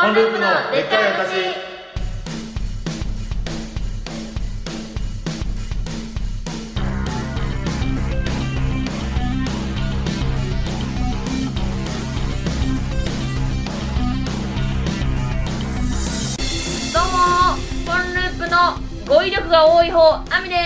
ポンループのでっかい私。 どうもポンループの語彙力が多い方あみです。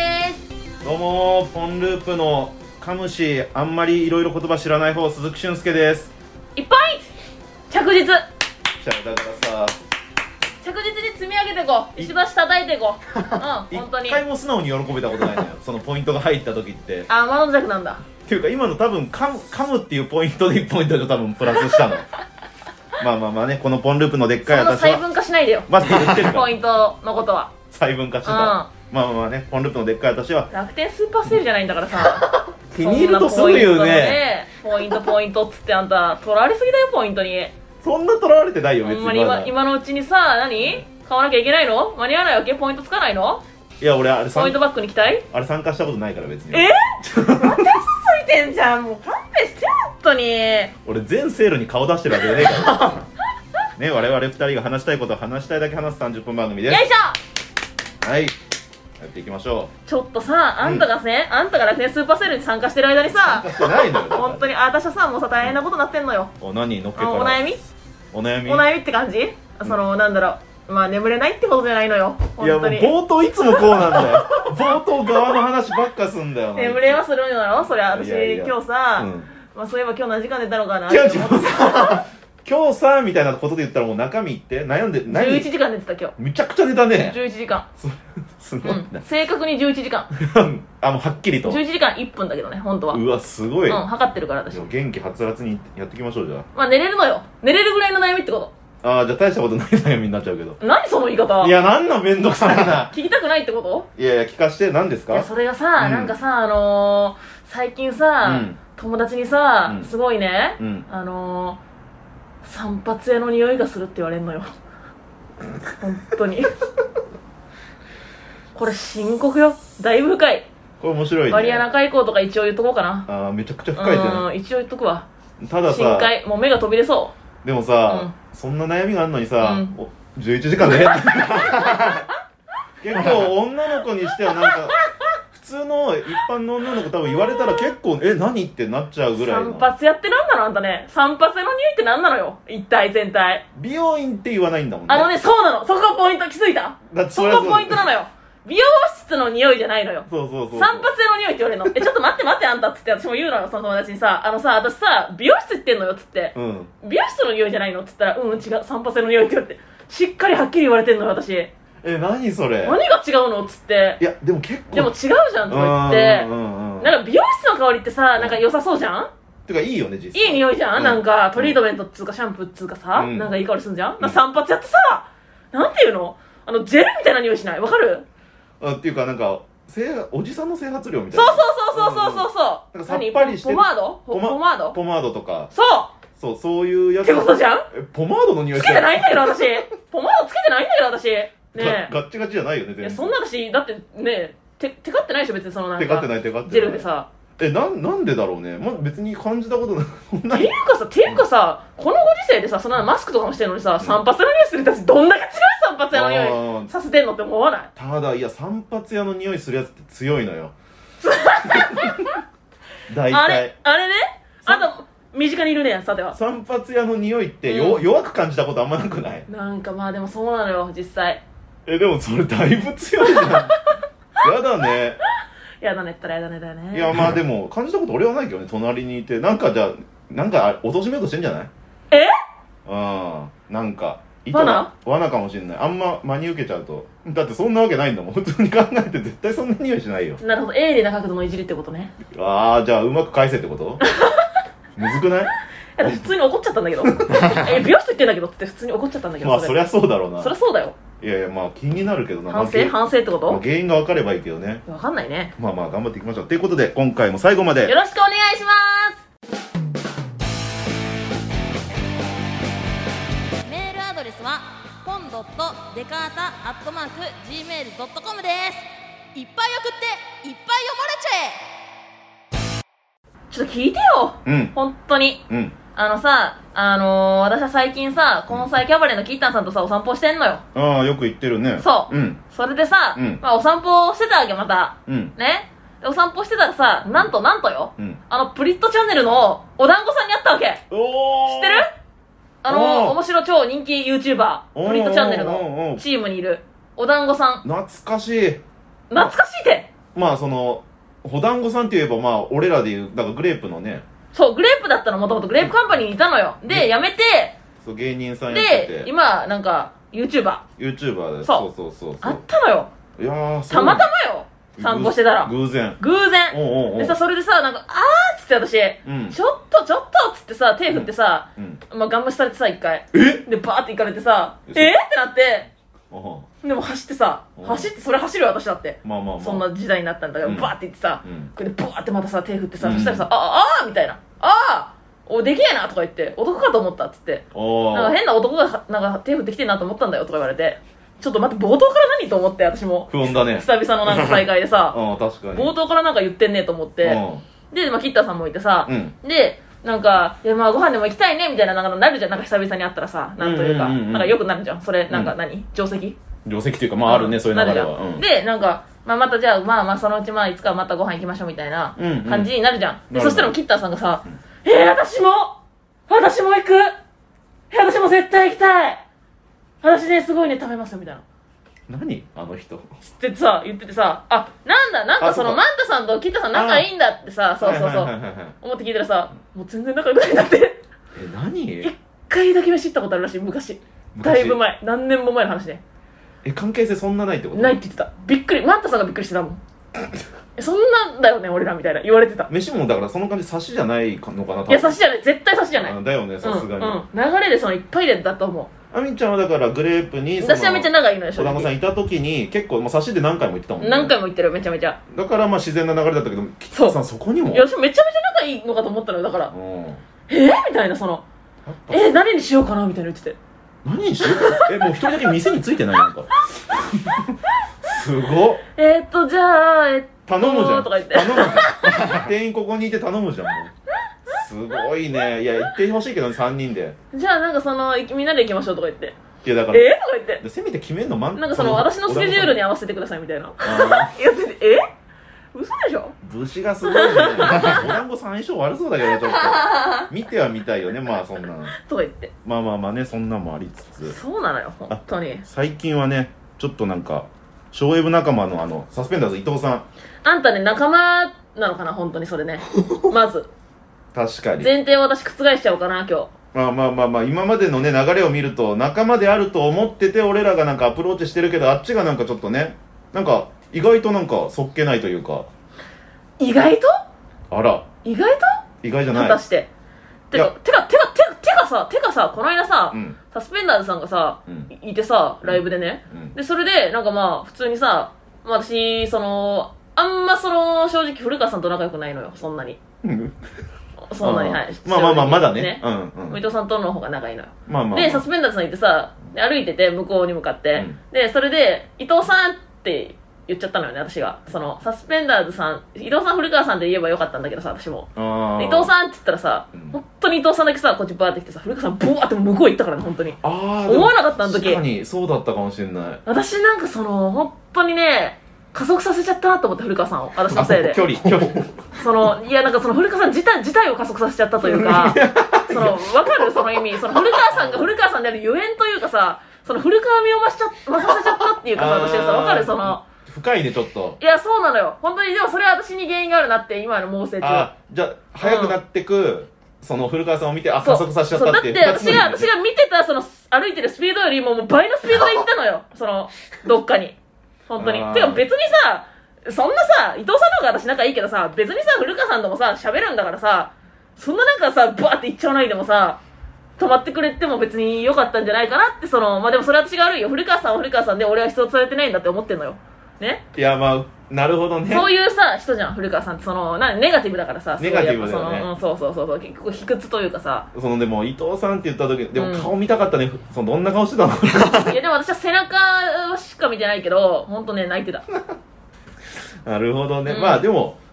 どうもポンループの噛むしあんまりいろいろ言葉知らない方鈴木俊介です。 いっぱい着実じゃあだからさ、 着実に積み上げていこう。石橋叩いていこう。本当に一回も素直に喜べたことないのよそのポイントが入った時って。 あ、マノジャクなんだっていうか今の多分噛むっていうポイントで1ポイントで多分プラスしたのまあね、このポンループのでっかいそんな私は細分化しないでよまず言ってるからポイントのことは細分化してた、まあね、ポンループのでっかい私は楽天スーパーセールじゃないんだからさ気に入るとすぐ言うね。 ポイントっつってあんた取られすぎだよポイントに。 そんな取られてないよ別に。 ほんまに今のうちにさ、何買わなきゃいけないの？間に合わないわけ？ポイントつかないの？ いや俺あれポイントバックに行きたい？ あれ参加したことないから別に。 また嘘ついてんじゃん。もう勘弁してよ本当に。 俺全セールに顔出してるわけじゃねえからね、我々2人が話したいことを話したいだけ話す30分番組です。 よいしょ。 はい、やっていきましょちょっとさ、あんたが楽天スーパーセールに参加してる間にさう。してないのよ本当に私はさ、もうさ大変なことになってんのよ。 何乗っけからお悩みお悩みって感じ？なんだろう、まあ眠れないってことじゃないのよいやもう本当に。 冒頭いつもこうなんだよ冒頭側の話ばっかすんだよな。 眠れはするのよそりゃ。私いやいや今日さ、まあそういえば今日何時間寝たのかなって違う思ってさ今日さみたいなことで言ったらもう中身って悩んで 11時間寝てた今日。 めちゃくちゃ寝たね。 11時間すごいな、 正確に11時間もうはっきりと 11時間1分だけどね本当は。 うわすごい、 測ってるから私。 元気はつらつにやっていきましょう。じゃまあ寝れるのよ。寝れるぐらいの悩みってこじゃあ大したことない悩みになっちゃうけど。 と。何その言い方。 いやなんのめんどくさいな聞きたくないってこと？ いや聞かして何ですか。 いやそれがさ、なんかさ最近さ、友達にさ、すごいね、散髪屋の匂いがするって言われんのよ本当にこれ深刻よ。だいぶ深い。 これ面白いね。 バリアナ海溝とか一応言っとこうかな。 めちゃくちゃ深いじゃん。 一応言っとくわ。 たださ深海もう目が飛び出そでもさ、そんな悩みがあるのにさ、11時間寝れん結構女の子にしてはなんか普通の一般の女の子多分言われたら結構何ってなっちゃうぐらいの。 散髪屋って何なのあんたね。散髪屋の匂いって何なのよ一体全体。 美容院って言わないんだもんね。 そうなの。そこがポイント。気づいた？ だってそこがポイントなのよ。美容室の匂いじゃないのよ。 そう散髪屋の匂いって言われるの。ちょっと待ってあんたっつって私も言うのよその友達にさ、私さ美容室行ってんのよっつって、美容室の匂いじゃないのっつったら違う散髪屋の匂いって言われて、しっかりはっきり言われてんのよ私。 何それ。 何が違うのっつって。 いやでも結構でも違うじゃんとか言って、なんか美容室の香りってさ、なんか良さそうじゃん。 てかいいよね実際。 いい匂いじゃん、なんかトリートメントっつうかシャンプーっつうかさ、なんかいい香りすんじゃん。散髪やってさ、なんていうの、ジェルみたいな匂いしない？わかる？ っていうかなんかおじさんの整髪料みたいな。 そうなんかさっぱりしてポマードとか。 そういうやつってことじゃん。 ポマードの匂いつけてないんだけど私。ポマードつけてないんだけど私ねえ。 ガッチガチじゃないよね全然。 いやそんな私だってねテカってないでしょ別に。そのなんかテカってないジェルでさ。 なんでだろうね。別に感じたことない。 っていうかさこのご時世でさ、そんなマスクとかもしてるのにさ、散髪屋の匂いするやつどんだけ強い散髪屋の匂いさせてんのって思わない？ ただいや散髪屋の匂いするやつって強いのよ大体あれね。あと身近にいるねさては。 散髪屋の匂いって弱く感じたことあんまなくない？ なんかまあでもそうなのよ実際。 でもそれだいぶ強いじゃんやだねやだねったらやだねだよね。 いやまあでも感じたこと俺はないけどね。隣にいてなんかじゃあなんか貶めようとしてんじゃない？なんか罠かもしれない。あんま真に受けちゃうと。だってそんなわけないんだもん。普通に考えて絶対そんな匂いしないよ。 なるほど。鋭利な角度のいじりってことね。 じゃあうまく返せってことむずくない？ 普通に怒っちゃったんだけど美容室行ってんだけどって普通に怒っちゃったんだけど。 まあそりゃそうだろうな。 そりゃそうだよ。 いやまあ気になるけどな。 反省ってこと？ 原因が分かればいいけどね。 分かんないね。 まあ頑張っていきましょう。ということで今回も最後までよろしくお願いします。メールアドレスはポンドットデカータ@gmail.com です。いっぱい送っていっぱい読まれちゃえ。ちょっと聞いてよ。本当に私は最近さ、根菜キャバレーのキッタンさんとさ、お散歩してんのよ。 ああ、よく行ってるね。 そう。それでさ、お散歩してたわけ、また。ね。お散歩してたらさ、なんとよ。プリットチャンネルのお団子さんに会ったわけ。知ってる？面白超人気 YouTuber、プリットチャンネルのチームにいるお団子さん。 懐かしい。 懐かしいって。 まあお団子さんって言えば、まあ俺らでいうだからグレープのね。 そう、グレープだったの、もともとグレープカンパニーにいたのよ。で、辞めて、 そう、芸人さんやってて。 で、今、なんか、YouTuber で。 そう。あったのよ。 いやー、 たまたまよ。散歩してたら。 偶然。 でさ、それでさ、なんか、っつって私、ちょっとっつってさ、手振ってさ、まあ、ガン無視されてさ、一回。で、バーって行かれてさ、ってなって、でも走ってそれ走るよ私だって。そんな時代になったんだから、バーって行ってさ、これでバーってまたさ、手振ってさ、そしたらさ、みたいな。でけえなとか言って、男かと思ったっつって、なんか変な男がなんか手振ってきてんなと思ったんだよとか言われて、ちょっと待って、冒頭から何と思って、私も。 不穏だね。 久々のなんか再会でさ、 確かに。 冒頭からなんか言ってんねえと思って、で、まあ、キッターさんもいてさ、で、なんか、まあ、ご飯でも行きたいねみたいな、なんかなるじゃん。なんか久々に会ったらさ、なんというか、なんかよくなるじゃん。それ、なんか何定石っていうか、まああるね、そういう流れは。 で、なんか、まあまたじゃあ、まあそのうちいつかまたご飯行きましょうみたいな感じになるじゃん。で、そしたらキッターさんがさ、私も行く！私も絶対行きたい！私ね、すごいね、食べますよ、みたいな。 何あの人言っててさ、なんかそのマンタさんとキッタさん仲いいんだってさ、そう思って聞いたらさ、もう全然仲良くないんだって。 何？ 一回だけ飯行ったことあるらしい、昔。だいぶ前、何年も前の話ね。 関係性そんなないってこと？ ないって言ってた。びっくり、マンタさんがびっくりしてたもん。そんなんだよね、俺らみたいな言われてた。 飯もだからその感じ差しじゃないのかな。 いや、差しじゃない、絶対差しじゃない。 だよね、さすがに。 流れでいっぱいでだと思う。 あみちゃんはだからグレープに私はめっちゃ仲いいのよ、 お団子さんいた時に結構差しで何回も行ってたもんね。 何回も行ってる、めちゃめちゃ。 だからまあ自然な流れだったけど、キッターさんそこにも。 いや、私めちゃめちゃ仲いいのかと思ったのよ、だからみたいな、何にしようかなみたいな言ってて。 何にしようもう一人だけ店についてないなんかすごっ。 じゃあ頼むじゃん。 とか言って店員ここにいて頼むじゃん。もうすごいね。いや、行ってほしいけどね、3人で。 じゃあなんかみんなで行きましょうとか言って。 いやだからとか言って、 せめて決めんのなんか私のスケジュールに合わせてくださいみたいな言ってて、嘘でしょ。 節がすごいね。お団子さん相性悪そうだけど、ちょっと見てはみたいよね、まあそんなとか言って。 まあね、そんなんもありつつ。 そうなのよ、本当に。 最近はね、ちょっとなんかショーウェブ仲間のサスペンダーズ伊藤さん。 あんたね、仲間なのかな、本当にそれね。まず確かに前提を私覆しちゃおうかな、今日。 まあ今までのね流れを見ると仲間であると思ってて俺らがなんかアプローチしてるけど、あっちがなんかちょっとね、なんか意外となんかそっけないというか。 意外と？ あら、 意外と？ 意外じゃない。 果たしててかさ、この間さ、サスペンダーズさんがさ、いてさ、ライブでね、でそれでなんかまあ普通にさ、私あんま正直古川さんと仲良くないのよ、そんなに。そんなに、はい。 まあまだね。 伊藤さんとの方が仲いいのよ。で、サスペンダーズさんいてさ、歩いてて、向こうに向かって。で、それで、伊藤さんって言っちゃったのよね、私が。サスペンダーズさん、伊藤さん古川さんって言えばよかったんだけどさ、私も。伊藤さんって言ったらさ、本当に伊藤さんだけさ、こっちバーって来てさ、古川さんブワーって向こう行ったからね、本当に。思わなかった、あの時。 確かに、そうだったかもしれない。 私なんか本当にね、加速させちゃったなと思って、古川さんを、私のせいで。 距離いや、なんか古川さん自体を加速させちゃったというか、わかるその意味。古川さんが古川さんであるゆえんというかさ、古川味を増させちゃったっていうかさ、私がさ、わかる深いね、ちょっと。 いや、そうなのよ。本当に、でもそれは私に原因があるなって、今の猛省中。 じゃあ、早くなってく、古川さんを見て、加速させちゃったっていう。 だって私が見てた、歩いてるスピードよりも倍のスピードで行ったのよ。どっかに。本当に。てか別にさ、そんなさ、伊藤さんの方が私仲いいけどさ、別にさ、古川さんともさ、喋るんだからさ、そんななんかさ、バーって行っちゃわないでもさ、止まってくれても別に良かったんじゃないかなって、まあでもそれは私が悪いよ。古川さんは古川さんで俺は必要とされてないんだって思ってんのよ。ね。 いや、まあ、なるほどね。 そういうさ、人じゃん、古川さんって。ネガティブだからさ、 ネガティブだよね。 そう、結構卑屈というかさ。 でも、伊藤さんって言った時、でも顔見たかったね。どんな顔してたのいや、でも私は背中しか見てないけど、ほんとね、泣いてた。 なるほどね。まあでも、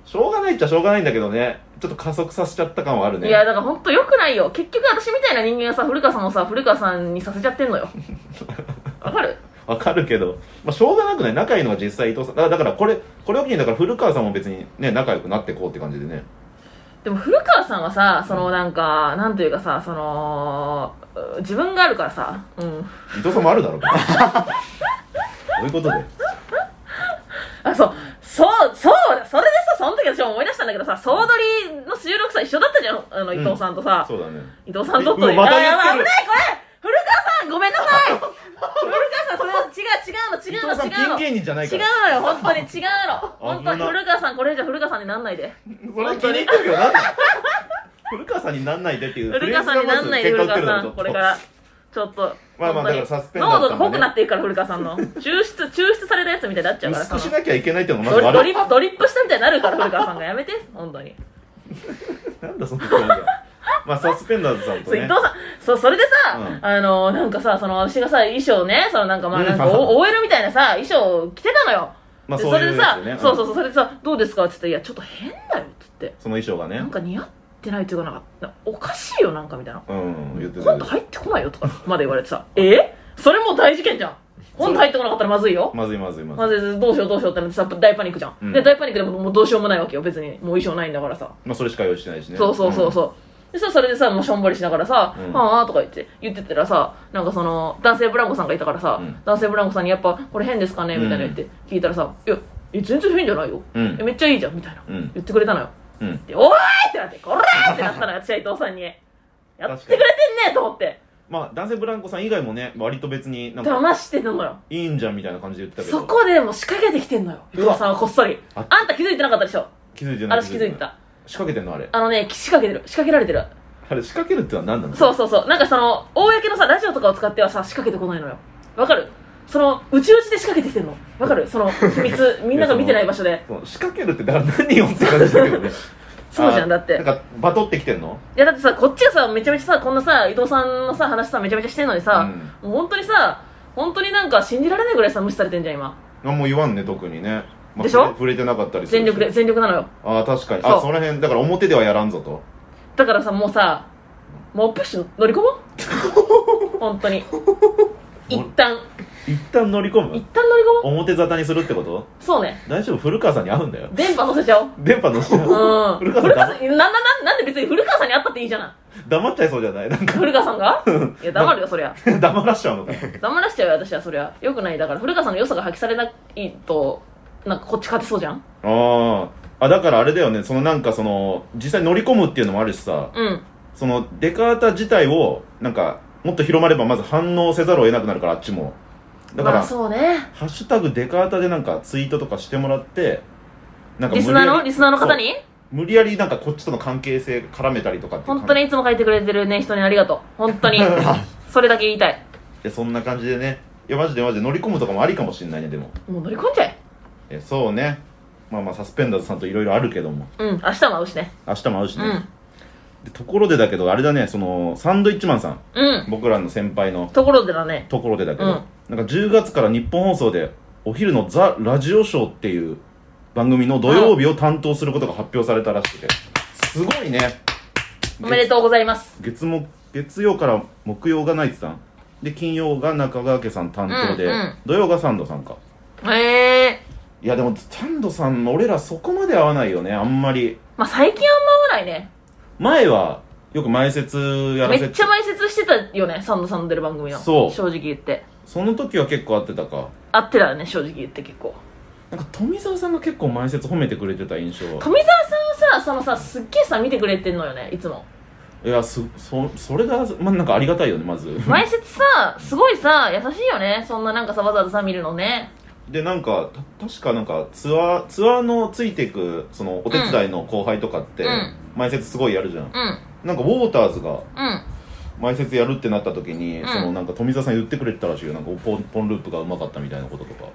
しょうがないっちゃしょうがないんだけどね、ちょっと加速させちゃった感はあるね。 いやだから本当良くないよ。結局私みたいな人間がさ、古川さんをさ、古川さんにさせちゃってんのよ。わかる？ わかるけど、まあ、しょうがなくない。仲いいのが実際伊藤さんだからこれを機にだから古川さんも別にね仲良くなっていこうって感じでね。 でも古川さんはさ、そのなんかなんというかさ、その自分があるからさ、 伊藤さんもあるだろうどういうことであ、そうだ、それでさ、その時私も思い出したんだけどさ、総取りの収録さ一緒だったじゃん、伊藤さんとさ、 そうだね。 伊藤さんとまた言ってる。 危ないこれ、古川さんごめんなさい。古川さんそれ違うのピン芸人じゃないから。 違うのよ、本当に違うの。本当に古川さん、これじゃ古川さんになんないで。 それ気に入ってるけどなんだ古川さんになんないでっていう古川さんになんないで、古川さんこれからちょっとまあだからサスペンダーズさんもね、 濃度が濃くなっていくから、古川さんの抽出されたやつみたいになっちゃうから、 薄くしなきゃいけないっていうのがまず悪い。 ドリップしたみたいになるから、古川さんがやめて本当に。 なんだその表現。まあサスペンダーズさんとね、 伊藤さん、それでさ、なんかさ、その私がさ衣装ね、そのなんかまあなんか OL みたいなさ衣装着てたのよ。 まあそれでさ、そうそれでさ、どうですかって言って、いやちょっと変だよって言って、 その衣装がね、 なんか似合ってないっていうか、なんかおかしいよなんかみたいな、 言ってた。 コント入ってこないよとかまで言われてさ、それもう大事件じゃん。コント入ってこなかったらまずいよ。まずいどうしようってなってさ、大パニックじゃん、で大パニックでもうどうしようもないわけよ、別にもう衣装ないんだからさ。 まあそれしか用意してないしね。 そうでさ、それでさ、もうしょんぼりしながらさ、ああとか言ってたらさ、なんかその男性ブランコさんがいたからさ、男性ブランコさんにやっぱこれ変ですかねみたいな言って聞いたらさ、いや全然変じゃないよ、めっちゃいいじゃんみたいな、言ってくれたのよ。で、おーいってなって、こらーってなったのよ、私は伊藤さんに。やってくれてんねと思って。 まあ男性ブランコさん以外もね、割と別になんか騙してたのよ。 いいんじゃんみたいな感じで言ってたけど、 そこでもう仕掛けてきてんのよ、伊藤さんはこっそり。あんた気づいてなかったでしょ。 気づいてない。 私気づいてた。 仕掛けてんのあれ。 仕掛けられてる。 あれ仕掛けるってのは何なの？ そうなんかその公のさラジオとかを使ってはさ仕掛けてこないのよ。わかる？その内々で仕掛けてきてんのわかる？その秘密みんなが見てない場所で仕掛けるってだから何よって感じだけどね。 そうじゃん。だってなんかバトってきてんの？ いやだってさ、こっちがさめちゃめちゃさ、こんなさ伊藤さんのさ話さめちゃめちゃしてんのにさ、もう本当になんか信じられないぐらいさ無視されてんじゃん今。 何も言わんね特にね。 でしょ？ 触れてなかったりする。 全力なのよ。 ああ確かに。その辺だから表ではやらんぞと。 だからさ、もうプッシュ乗り込もう本当に一旦乗り込む。表沙汰にするってこと？そうね。大丈夫？古川さんに会うんだよ。 電波乗せちゃおう。古川さんなんで別に古川さんに会ったっていいじゃない。 黙っちゃいそうじゃない？なんか古川さんがいや黙るよそりゃ。 黙らしちゃうのか。 黙らしちゃうよ私は。そりゃよくない。だから古川さんの良さが発揮されないとなんかこっち勝てそうじゃん。 だからあれだよね、そのなんかその実際乗り込むっていうのもあるしさ、そのデカータ自体をなんかもっと広まればまず反応せざるを得なくなるから、あっちも。だから、 そうね、 ハッシュタグデカータでなんかツイートとかしてもらって、なんかリスナーの方に無理やりなんかこっちとの関係性絡めたりとかって。 本当にいつも書いてくれてるね人にありがとう本当にそれだけ言いたい。 そんな感じでね、いやマジで乗り込むとかもありかもしれないね。でももう乗り込んじゃえ。 そうね。まあサスペンダーズさんといろいろあるけども、 明日も会うしね。 でところでだけどあれだね、そのサンドイッチマンさん、僕らの先輩のところでだけど、 なんか10月から日本放送でお昼のザ・ラジオショーっていう番組の土曜日を担当することが発表されたらしくて、すごいね。 おめでとうございます。 月曜から木曜がナイツさんで、金曜が中川家さん担当で、土曜がサンドさんか。いやでもサンドさんの俺らそこまで合わないよね、あんまり。 最近あんま合わないね。 前はよく前説やらせて、 めっちゃ前説してたよね、サンドさんの出る番組の。 そう正直言って、 その時は結構合ってたか。 合ってたよね、正直言って。結構なんか富澤さんが結構前説褒めてくれてた印象は。 富澤さんはさすっげえ見てくれてんのよね、いつも。 いやそれがなんかありがたいよね。まず前説すごい優しいよね。そんななんかわざわざ見るのね。 でなんか確かなんかツアーのついていくそのお手伝いの後輩とかって、前説すごいやるじゃん。なんかウォーターズが前説やるってなった時に、そのなんか富澤さん言ってくれてたらしいよ。なんかポンループがうまかったみたいなこととか。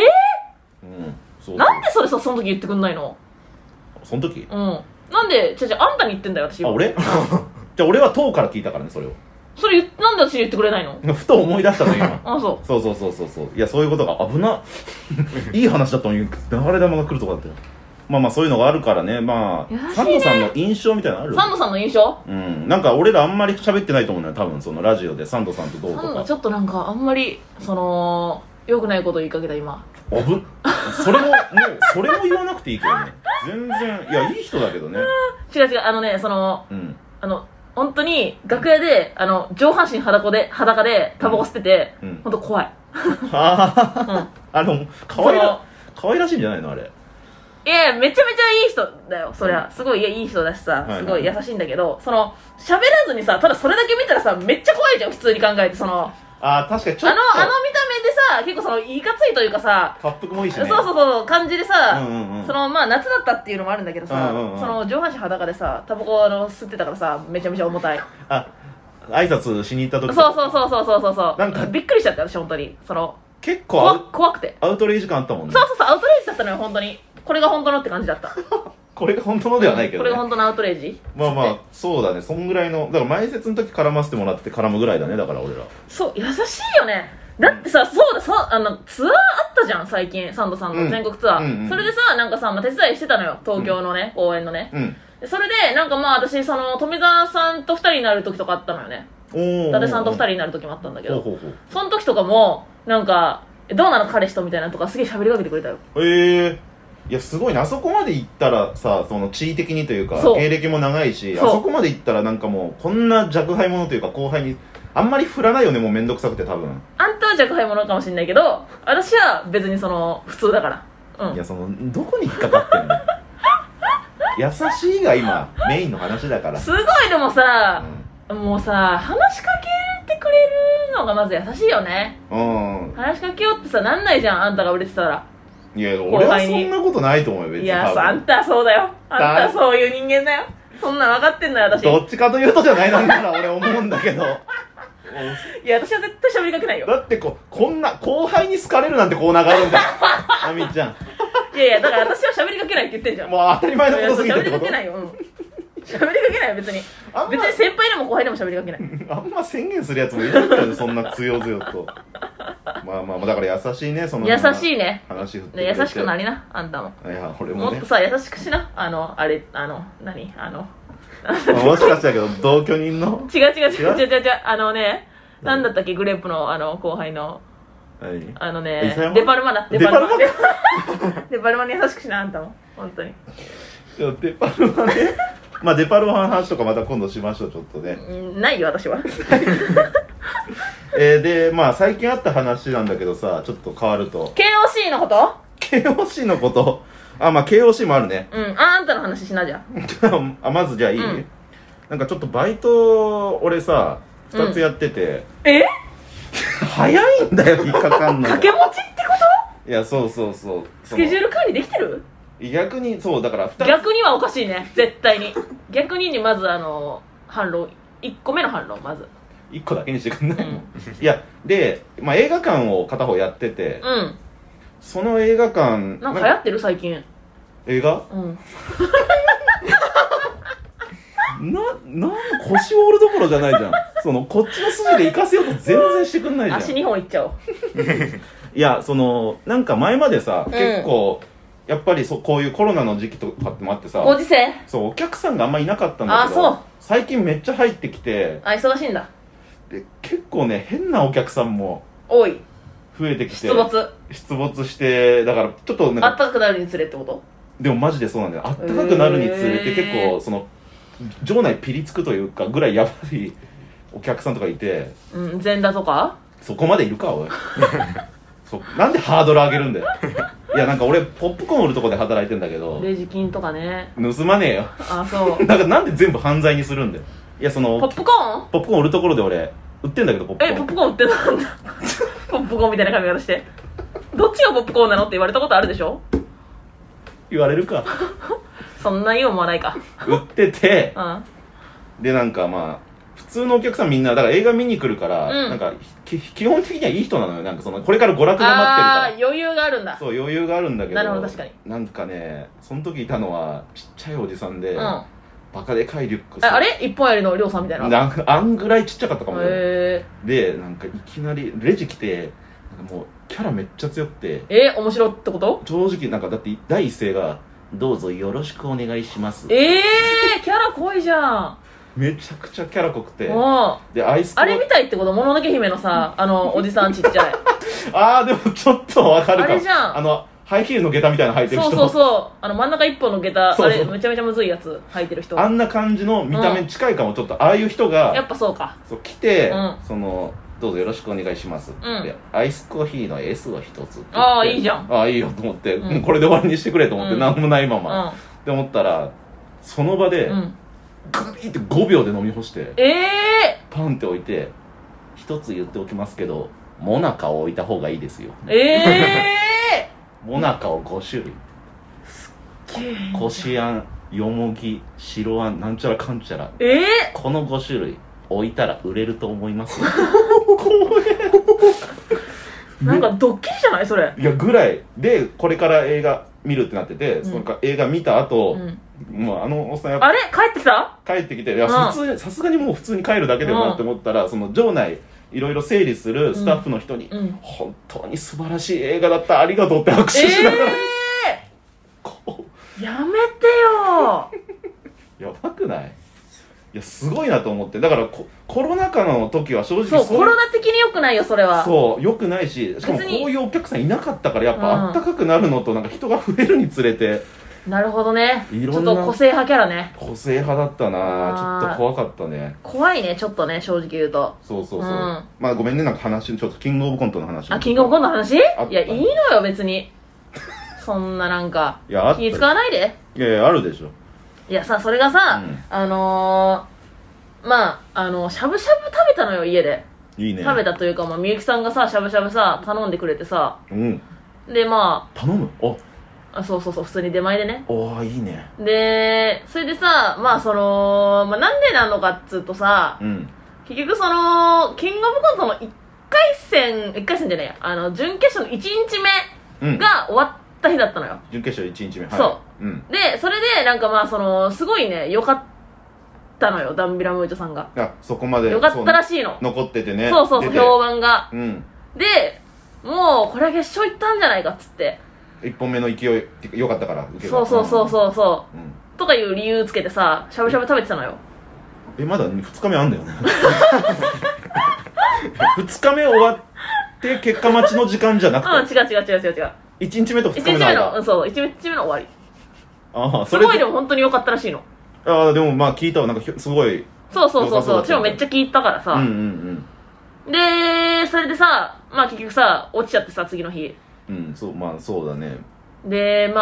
なんでその時言ってくんないの？ その時なんであんたに言ってんだよ私。 俺じゃあ俺は党から聞いたからね、それを。 なんで私に言ってくれないの？ ふと思い出したの今。 そういやそういうことが危ないい話だったのに流れ玉が来るとこだったよ。 まあまあそういうのがあるからね。まあ、サンドさんの印象みたいなのある？ サンドさんの印象？ うん。なんか俺らあんまり喋ってないと思うのよ、多分そのラジオでサンドさんとどうとか。 サンドちょっとなんかあんまり良くないこと言いかけた今。 それも言わなくていいけどね。全然、いや、いい人だけどね。 違う、本当に楽屋で上半身裸でタバコ吸ってて、本当怖い。 可愛らしいんじゃないのあれ。 いやめちゃめちゃいい人だよ、そりゃ。すごいいい人だしさ、すごい優しいんだけど、喋らずにさ、ただそれだけ見たらさ、めっちゃ怖いじゃん、普通に考えて。 確かにちょっと見た目でさ、結構いかついというかさ、 滑覆もいいしね。 そう感じでさ、まあ夏だったっていうのもあるんだけどさ、上半身裸でさ、タバコ吸ってたからさ、めちゃめちゃ重たい。 挨拶しに行った時。 そうなんかびっくりしちゃって私本当に結構怖くてアウトレイジ感あったもんね。 そうアウトレイジだったのよ本当に。これが本当のって感じだった。 これが本当のではないけどね。 これが本当のアウトレイジ。 まあそうだね、そんぐらいの。だから前説の時絡ませてもらって絡むぐらいだね。だから俺らそう優しいよね。だってさ、ツアーあったじゃん最近、サンドさんの全国ツアー、それでさ、なんかさ、手伝いしてたのよ、東京のね、公演のね、それでなんか私富澤さんと2人になる時とかあったのよね。伊達さんと2人になる時もあったんだけど、その時とかもなんかどうなの彼氏とみたいなのとかすげえ喋りかけてくれたよ。 いやすごいね。あそこまで行ったらさ、地位的にというか経歴も長いし、あそこまで行ったらなんかもうこんな若輩者というか後輩にあんまり振らないよね。もうめんどくさくて。多分あんたは若輩者かもしれないけど、私は別に普通だから。 いやどこに引っかかってんの優しいが今メインの話だから。すごいでもさ、もうさ、話しかけてくれるのがまず優しいよね。話しかけようってさなんないじゃん、あんたが売れてたら。 いや俺はそんなことないと思うよ別に。 いやあんたはそうだよ。あんたはそういう人間だよ。そんな分かってんだよ私。 どっちかというとじゃないなんだら俺思うんだけどいや私は絶対喋りかけないよ。 だってこんな後輩に好かれるなんてコーナーがあるんだあみちゃん。 いやだから私は喋りかけないって言ってんじゃん。 もう当たり前のことすぎてってこと。 喋りかけないよ。喋りかけないよ別に。別に先輩でも後輩でも喋りかけない。 あんま宣言するやつもいないからね、そんな強々と。まあだから優しいね。 優しいね。 話振ってくれて優しくなりなあんたも。 いや俺もね、 もっとさ優しくしな。何もしかしたらけど同居人の違うなんだったっけ、グレープの後輩のデパルマだ。デパルマに優しくしなあんたも本当に。 デパルマねまあデパルマの話とかまた今度しましょう。ちょっとねないよ私はでまあ最近あった話なんだけどさ、ちょっと変わると KOC のこと KOC のことまあ KOC もあるね。 あんたの話しなじゃまずじゃあいい、なんかちょっとバイト俺さ2つやってて、早いんだよ引っかかんの掛け持ちってこと？ いやそうスケジュール管理できてる？ 逆にそうだから2つ。 逆にはおかしいね絶対に。逆にまず反論1個目の反論まず 1個だけにしてくんない、いやで、まあ、映画館を片方やってて、その映画館なんか流行ってる最近映画？腰を折るどころじゃないじゃんこっちの筋で行かせようと全然してくんないじゃん。 足2本いっちゃおういやなんか前までさ、結構やっぱりこういうコロナの時期とかってもあってさ、 ご時世お客さんがあんまいなかったんだけど、最近めっちゃ入ってきて、 忙しいんだ。 で結構ね変なお客さんも多い、 増えてきて出没して、だからちょっとあったかくなるにつれってこと？ でもマジでそうなんだよ。あったかくなるにつれて結構場内ピリつくというかぐらいやばいお客さんとかいて、 全裸とかそこまでいるかおいなんでハードル上げるんだよいやなんか俺ポップコーン売るとこで働いてんだけど、 レジ金とかね盗まねえよ。 そうだからなんで全部犯罪にするんだよ。いやポップコーン売るところで俺売ってんだけど、ポップコーン。 ポップコーン売ってなんだポップコーンみたいな髪型してどっちがポップコーンなのって言われたことあるでしょ。 言われるかそんな言うもんはないか売ってて、でなんかまあ普通のお客さんみんなだから映画見に来るから、なんか基本的にはいい人なのよ。なんかこれから娯楽が待ってるから余裕があるんだ。 そう余裕があるんだけど、 なるほど確かに。 なんかねその時いたのはちっちゃいおじさんで、バカでかいリュックあれ一本やりのりょうさんみたいなあんぐらいちっちゃかったかも。 でなんかいきなりレジ来てなんかもうキャラめっちゃ強くて、 面白ってこと？ 正直なんかだって第一声がどうぞよろしくお願いします。 キャラ濃いじゃん。 めちゃくちゃキャラ濃くて、 でアイスあれみたいってこと、もののけ姫のさ、おじさんちっちゃいでもちょっとわかるかも。 あれじゃん、 ハイヒールの下駄みたいなの履いてる人。 そう真ん中一本の下駄、あれめちゃめちゃむずいやつ履いてる人、 あんな感じの見た目に近いかも。ちょっとああいう人がやっぱそうか、 来て、どうぞよろしくお願いします、でアイスコーヒーの S を一つ。 いいじゃん。 いいよと思って、もうこれで終わりにしてくれと思って、なんもないままって思ったら、その場でグビーって5秒で飲み干して、パンって置いて、一つ言っておきますけどモナカを置いた方がいいですよ。モナカを5種類、こしあん、よもぎ、白あん、なんちゃらかんちゃら、この5種類置いたら売れると思いますよなんかドッキリじゃないそれ。 いやぐらいで、これから映画見るってなってて、その映画見た後、もうおっさんやっぱ帰ってきて、いや普通さすがにもう普通に帰るだけでもなって思ったら、その場内いろいろ整理するスタッフの人に、本当に素晴らしい映画だった、ありがとうって拍手しながら、 やめてよやばくない？いやすごいなと思って。だからコロナ禍の時は正直コロナ的に良くないよそれは。 良くないし、しかもこういうお客さんいなかったから、やっぱあったかくなるのと、なんか人が増えるにつれて。 なるほどね。ちょっと個性派キャラね。 個性派だったな。ちょっと怖かったね。 怖いねちょっとね、正直言うと。 そう、まあごめんね、なんか話ちょっとキングオブコントの話。 キングオブコントの話？いやいいのよ別にそんななんか気使わないで。 いやあるでしょ。 いやさ、それがさ、まあしゃぶしゃぶ食べたのよ家で。 いいね。 食べたというか、みゆきさんがさしゃぶしゃぶさ頼んでくれてさ、で頼む？ そう普通に出前でね。 いいね。 でそれでさ、なんでなのかっつうとさ、結局そのキングオブコントの1回戦じゃないや、準決勝の1日目が終わった日だったのよ。 準決勝1日目。 そう、でそれでなんかそのすごいね良かったのよ、ダンビラムーチョさんが。 そこまで良かったらしいの。 残っててね。 そう評判が。でもうこれは決勝行ったんじゃないかっつって、 1本目の勢い良かったから受けそう、とかいう理由つけてさしゃぶしゃぶ食べてたのよ。 まだ2日目あんだよね2日目終わって結果待ちの時間じゃなくて、 違う1 日目と2日目の間。 1日目の終わり。すごいでも本当に良かったらしいの。 でも聞いたわ、なんかすごい。 そう私もめっちゃ聞いたからさ。でそれでさ、結局さ落ちちゃってさ次の日。 そうだね。 で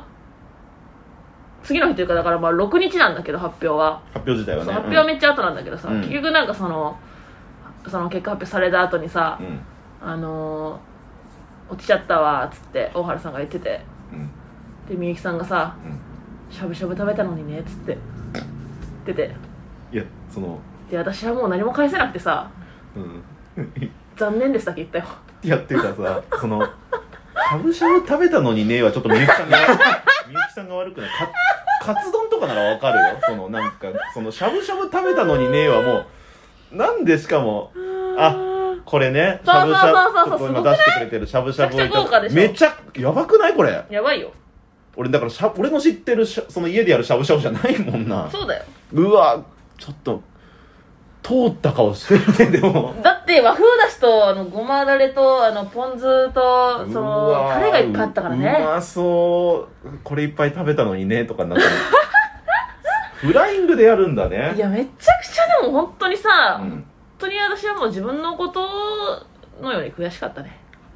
次の日というか、だから6日なんだけど発表自体はね、発表はめっちゃ後なんだけどさ、結局なんかその結果発表された後にさ、落ちちゃったわっつって大原さんが言ってて、でみゆきさんがさ、しゃぶしゃぶ食べたのにねっつって言ってて、で私はもう何も返せなくてさ、残念でしたって言ったよ。 いやっていうかさ、しゃぶしゃぶ食べたのにねはちょっとみゆきさんが悪くない。カツ丼とかならわかるよ。なんかしゃぶしゃぶ食べたのにねはもう、なんでしかもこれね、しゃぶしゃぶ今出してくれてるしゃぶしゃぶ、めっちゃやばくない？これやばいよ。 俺だから俺の知ってるその家でやるしゃぶしゃぶじゃないもんな。 そうだよ。 うわちょっと通った顔してるね。でもだって和風だしとごまだれとポン酢とタレがいっぱいあったからね。 うまそう。これいっぱい食べたのにねとかになったフライングでやるんだね。 いやめちゃくちゃでも本当にさ、本当に私はもう自分のことのように悔しかったね。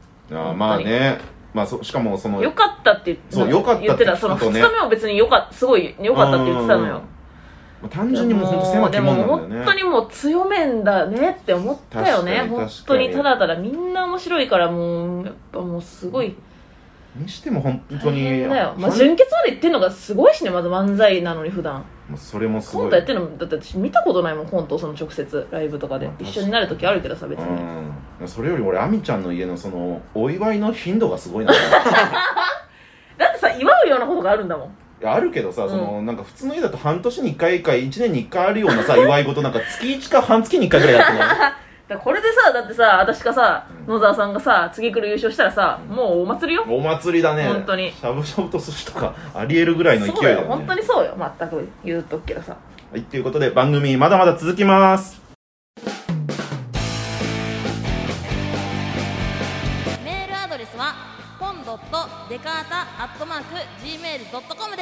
しかも良かったって言ってた。その2日目も別にすごい良かったって言ってたのよ。 単純にもう本当狭きもんなんだよね。 でも本当にもう強めんだねって思ったよね。本当にただただみんな面白いから、もうやっぱもうすごいにしても本当に大変だよ。純潔まで言ってんのがすごいしね。まず漫才なのに普段それもすごい。 コントやってるのだって私見たことないもん、コント直接ライブとかで一緒になる時あるけどさ、別に。 それより俺アミちゃんの家のお祝いの頻度がすごいなだってさ、祝うようなことがあるんだもん。 あるけどさ、なんか普通の家だと半年に1回か1年に1回あるようなさ祝い事なんか月1か半月に1回ぐらいやってないだこれでさ、だってさ、私がさ、野沢さんがさ、次来る優勝したらさ、もうお祭りよ。 お祭りだね。 本当に。 しゃぶしゃぶと寿司とかありえるぐらいの勢いだよね。 そうよ、本当にそうよ。全く言うとくけどさ。 はい、ということで番組まだまだ続きます。 メールアドレスはポン.dekata@gmail.com です。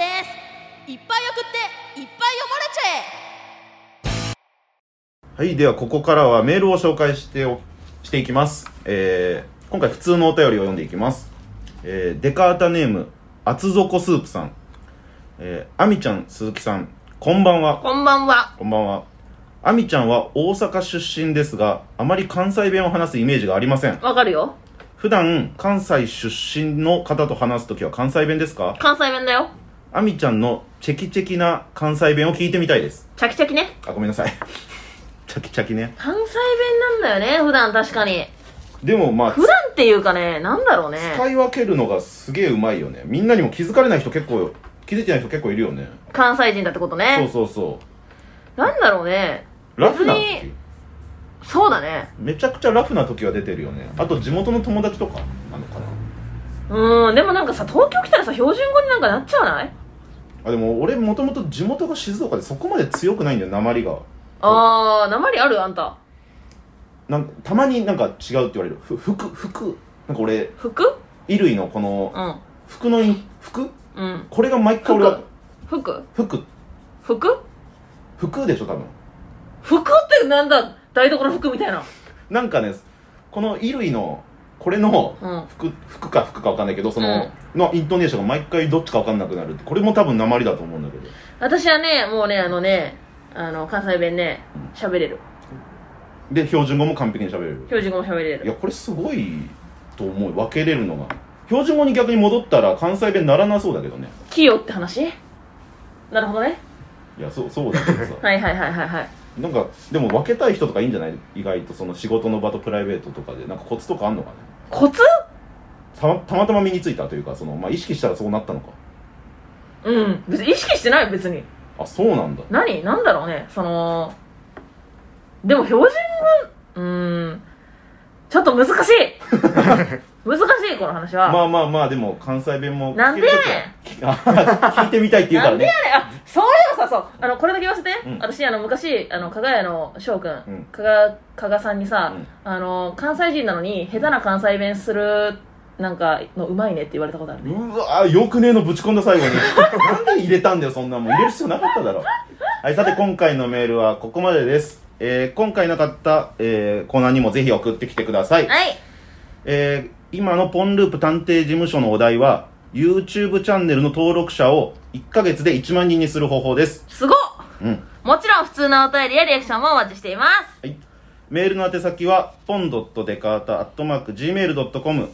いっぱい送っていっぱい読まれちゃえ。 はい、ではここからはメールを紹介していきます。今回普通のお便りを読んでいきます。デカータネーム厚底スープさん、あみちゃん、鈴木さん、こんばんは。 こんばんは。 こんばんは。あみちゃんは大阪出身ですが、あまり関西弁を話すイメージがありません。 わかるよ。 普段関西出身の方と話すときは関西弁ですか？ 関西弁だよ。 あみちゃんのチェキチェキな関西弁を聞いてみたいです。 チャキチャキね。 あ、ごめんなさい。チャキチャキね。 関西弁なんだよね、普段。確かに。 でもまあ普段っていうかね、なんだろうね、 使い分けるのがすげえうまいよね。みんなにも気づかれない人気づいてない人結構いるよね。 関西人だってことね。 そうそうそう。 なんだろうね、 ラフな時、 そうだね、 めちゃくちゃラフな時は出てるよね。あと地元の友達とかなのかな。 でもなんかさ、東京来たらさ、標準語になんかなっちゃわない？ あ、でも俺もともと地元が静岡でそこまで強くないんだよ、訛りが。 訛りある？あんたなんかたまになんか違うって言われる。服なんか俺衣類のこの、服の服、これが毎回俺は服でしょ多分。 服ってなんだ、台所の服みたいな。 なんかね、この衣類のこれの服か分かんないけど、その、のイントネーションが毎回どっちか分かんなくなるって、これも多分訛りだと思うんだけど。 私はね、もうね、関西弁ね、喋れる。 で標準語も完璧に喋れる。 標準語も喋れる。 いや、これすごいと思う。分けれるのが。標準語に逆に戻ったら関西弁ならなそうだけどね。 器用って話？なるほどね。 いや、そうだけどさ。 はいなんかでも分けたい人とかいいんじゃない？意外とその仕事の場とプライベートとかでなんかコツとかあんのかね。 コツ？ たまたま身についたというか、その、まあ、意識したらそうなったのか。 別に意識してないよ、別に。 あ、そうなんだ。 なんだろうね、その、でも標準語、ちょっと難しい。難しい、この話は。 まあでも関西弁もなんでやねん。聞いてみたいって言うからね。 なんでやねん。そういえばさ、これだけ言わせて。私昔加賀屋の翔くん、加賀さんにさ、関西人なのに下手な関西弁するなんかのうまいねって言われたことあるね。 うわ、よくねえのぶち込んだ最後に。なんで入れたんだよ、そんなもん。入れる必要なかっただろ。はい、さて今回のメールはここまでです。今回なかった、コーナーにもぜひ送ってきてください。 はい。 今のポンループ探偵事務所のお題は YouTube チャンネルの登録者を1ヶ月で1万人にする方法です。 すごっ。もちろん普通のお便りやリアクションもお待ちしています。 はい、メールの宛先は pon.dekata@gmail.com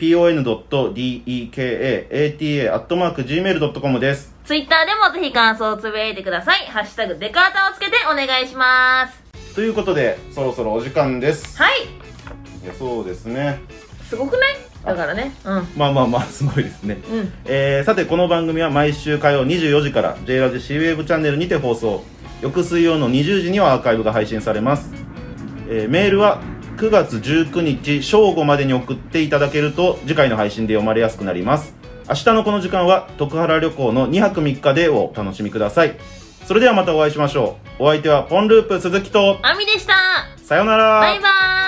pon.dekata@gmail.com です。 ツイッターでもぜひ感想をつぶやいてください。ハッシュタグデカータをつけてお願いします。 ということでそろそろお時間です。 はい。 いや、そうですね。 すごくない？だからね。 まあすごいですね。さてこの番組は毎週火曜24時から J ラジ C ウェーブチャンネルにて放送。翌水曜の20時にはアーカイブが配信されます。メールは9月19日正午までに送っていただけると次回の配信で読まれやすくなります。明日のこの時間は徳原旅行の2泊3日でをお楽しみください。それではまたお会いしましょう。お相手はポンループ鈴木とあみでした。 さよなら。 バイバーイ。